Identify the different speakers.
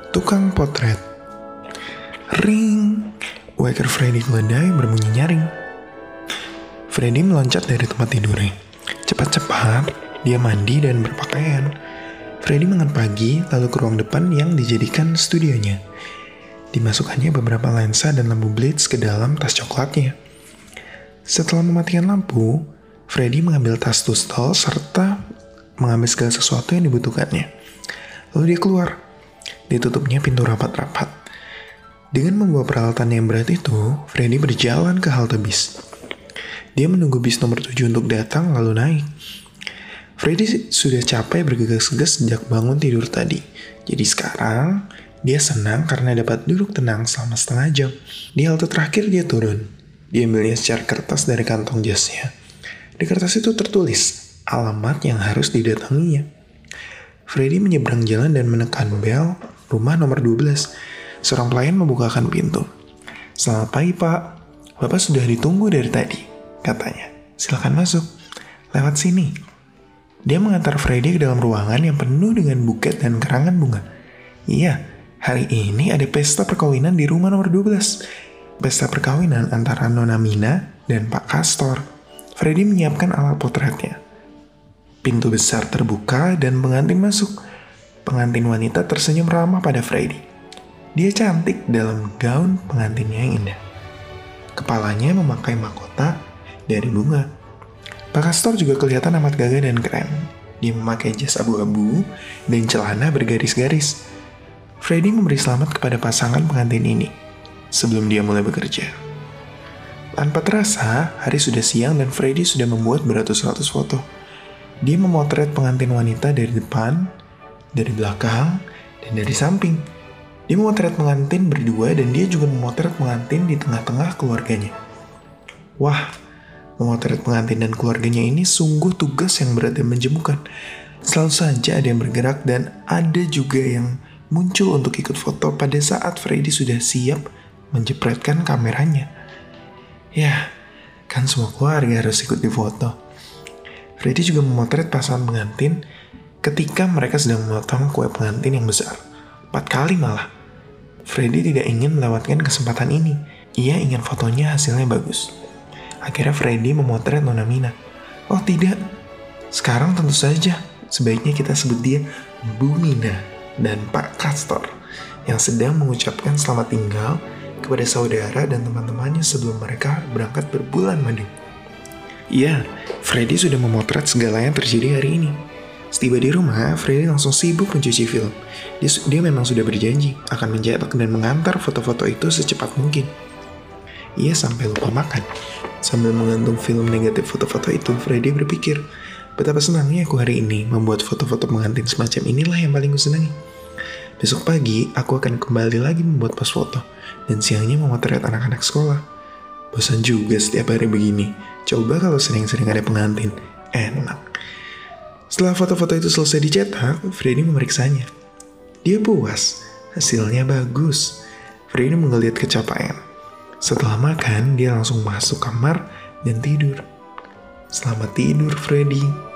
Speaker 1: tukang potret. Ring. Waker Freddy keledai berbunyi nyaring. Freddy meloncat dari tempat tidurnya. Cepat-cepat, dia mandi dan berpakaian. Freddy makan pagi, lalu ke ruang depan yang dijadikan studionya. Dimasukkannya beberapa lensa dan lampu blitz ke dalam tas coklatnya. Setelah mematikan lampu, Freddy mengambil tas tustel serta mengambil segala sesuatu yang dibutuhkannya. Lalu dia keluar. Ditutupnya pintu rapat-rapat. Dengan membawa peralatan yang berat itu, Freddy berjalan ke halte bis. Dia menunggu bis nomor 7 untuk datang lalu naik. Freddy sudah capek bergegas-gegas sejak bangun tidur tadi. Jadi sekarang, dia senang karena dapat duduk tenang selama setengah jam. Di halte terakhir dia turun. Dia ambilnya secara kertas dari kantong jasnya. Di kertas itu tertulis alamat yang harus didatanginya. Freddy menyeberang jalan dan menekan bel rumah nomor 12. Seorang pelayan membukakan pintu. "Selamat pagi, Pak. Bapak sudah ditunggu dari tadi," katanya. "Silakan masuk. Lewat sini." Dia mengantar Freddy ke dalam ruangan yang penuh dengan buket dan karangan bunga. "Iya, hari ini ada pesta perkawinan di rumah nomor 12. Pesta perkawinan antara Nona Mina dan Pak Castor." Freddy menyiapkan alat potretnya. Pintu besar terbuka dan pengantin masuk. Pengantin wanita tersenyum ramah pada Freddy. Dia cantik dalam gaun pengantinnya yang indah. Kepalanya memakai mahkota dari bunga. Pak Castor juga kelihatan amat gagah dan keren. Dia memakai jas abu-abu dan celana bergaris-garis. Freddy memberi selamat kepada pasangan pengantin ini sebelum dia mulai bekerja. Tanpa terasa, hari sudah siang dan Freddy sudah membuat beratus-ratus foto. Dia memotret pengantin wanita dari depan, dari belakang, dan dari samping. Dia memotret pengantin berdua dan dia juga memotret pengantin di tengah-tengah keluarganya. Wah, memotret pengantin dan keluarganya ini sungguh tugas yang berat dan menjemukan. Selalu saja ada yang bergerak dan ada juga yang muncul untuk ikut foto pada saat Freddy sudah siap menjepretkan kameranya. Ya, kan semua keluarga harus ikut difoto. Freddy juga memotret pasangan pengantin ketika mereka sedang memotong kue pengantin yang besar. 4 kali malah. Freddy tidak ingin melewatkan kesempatan ini. Ia ingin fotonya hasilnya bagus. Akhirnya Freddy memotret Nona Mina. Oh tidak, sekarang tentu saja sebaiknya kita sebut dia Bu Mina dan Pak Castor yang sedang mengucapkan selamat tinggal kepada saudara dan teman-temannya sebelum mereka berangkat berbulan madu. Iya, Freddy sudah memotret segala yang terjadi hari ini. Setiba di rumah, Freddy langsung sibuk mencuci film. Dia memang sudah berjanji akan mencetak dan mengantar foto-foto itu secepat mungkin. Ia sampai lupa makan. Sambil menggantung film negatif foto-foto itu, Freddy berpikir, betapa senangnya aku hari ini membuat foto-foto pengantin semacam inilah yang paling kusenangi. Besok pagi, aku akan kembali lagi membuat pos foto, dan siangnya memotret anak-anak sekolah. Bosan juga setiap hari begini. Coba kalau sering-sering ada pengantin. Enak. Setelah foto-foto itu selesai dicetak, Freddy memeriksanya. Dia puas, hasilnya bagus. Freddy menggeliat kecapaian. Setelah makan, dia langsung masuk kamar dan tidur. Selamat tidur, Freddy.